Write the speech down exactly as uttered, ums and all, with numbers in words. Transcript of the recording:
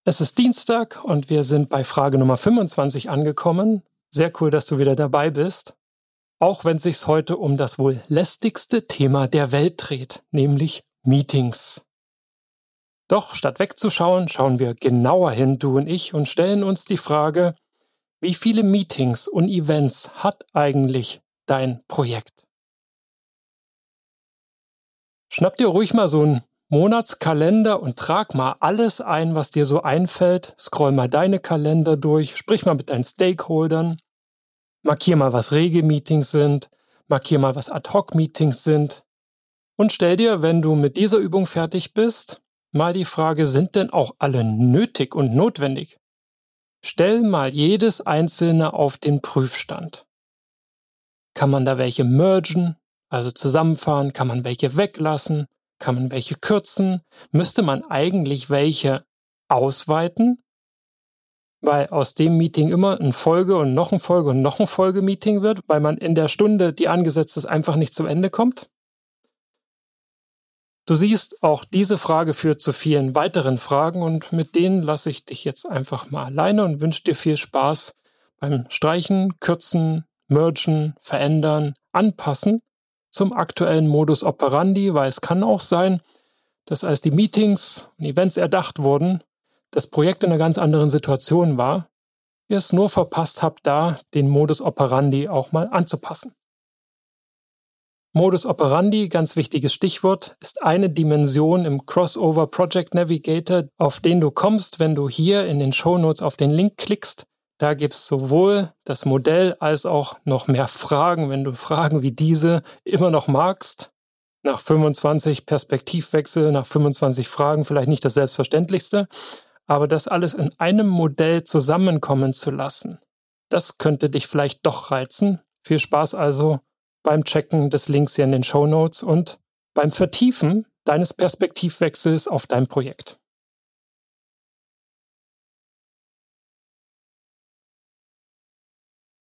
Es ist Dienstag und wir sind bei Frage Nummer fünfundzwanzig angekommen. Sehr cool, dass du wieder dabei bist. Auch wenn es sich heute um das wohl lästigste Thema der Welt dreht, nämlich Meetings. Doch statt wegzuschauen, schauen wir genauer hin, du und ich, und stellen uns die Frage, wie viele Meetings und Events hat eigentlich dein Projekt? Schnapp dir ruhig mal so einen Monatskalender und trag mal alles ein, was dir so einfällt. Scroll mal deine Kalender durch, sprich mal mit deinen Stakeholdern, markier mal, was Regelmeetings sind, markier mal, was Ad-Hoc-Meetings sind und stell dir, wenn du mit dieser Übung fertig bist, mal die Frage, sind denn auch alle nötig und notwendig? Stell mal jedes einzelne auf den Prüfstand. Kann man da welche mergen, also zusammenfahren? Kann man welche weglassen? Kann man welche kürzen? Müsste man eigentlich welche ausweiten? Weil aus dem Meeting immer ein Folge- und noch ein Folge- und noch ein Folge-Meeting wird, weil man in der Stunde, die angesetzt ist, einfach nicht zum Ende kommt? Du siehst, auch diese Frage führt zu vielen weiteren Fragen und mit denen lasse ich dich jetzt einfach mal alleine und wünsche dir viel Spaß beim Streichen, Kürzen, Mergen, Verändern, Anpassen zum aktuellen Modus operandi, weil es kann auch sein, dass als die Meetings und Events erdacht wurden, das Projekt in einer ganz anderen Situation war, ihr es nur verpasst habt, da den Modus operandi auch mal anzupassen. Modus operandi, ganz wichtiges Stichwort, ist eine Dimension im Crossover Project Navigator, auf den du kommst, wenn du hier in den Shownotes auf den Link klickst. Da gibt es sowohl das Modell als auch noch mehr Fragen, wenn du Fragen wie diese immer noch magst. Nach fünfundzwanzig Perspektivwechsel, nach fünfundzwanzig Fragen vielleicht nicht das Selbstverständlichste, aber das alles in einem Modell zusammenkommen zu lassen, das könnte dich vielleicht doch reizen. Viel Spaß also beim Checken des Links hier in den Shownotes und beim Vertiefen deines Perspektivwechsels auf dein Projekt.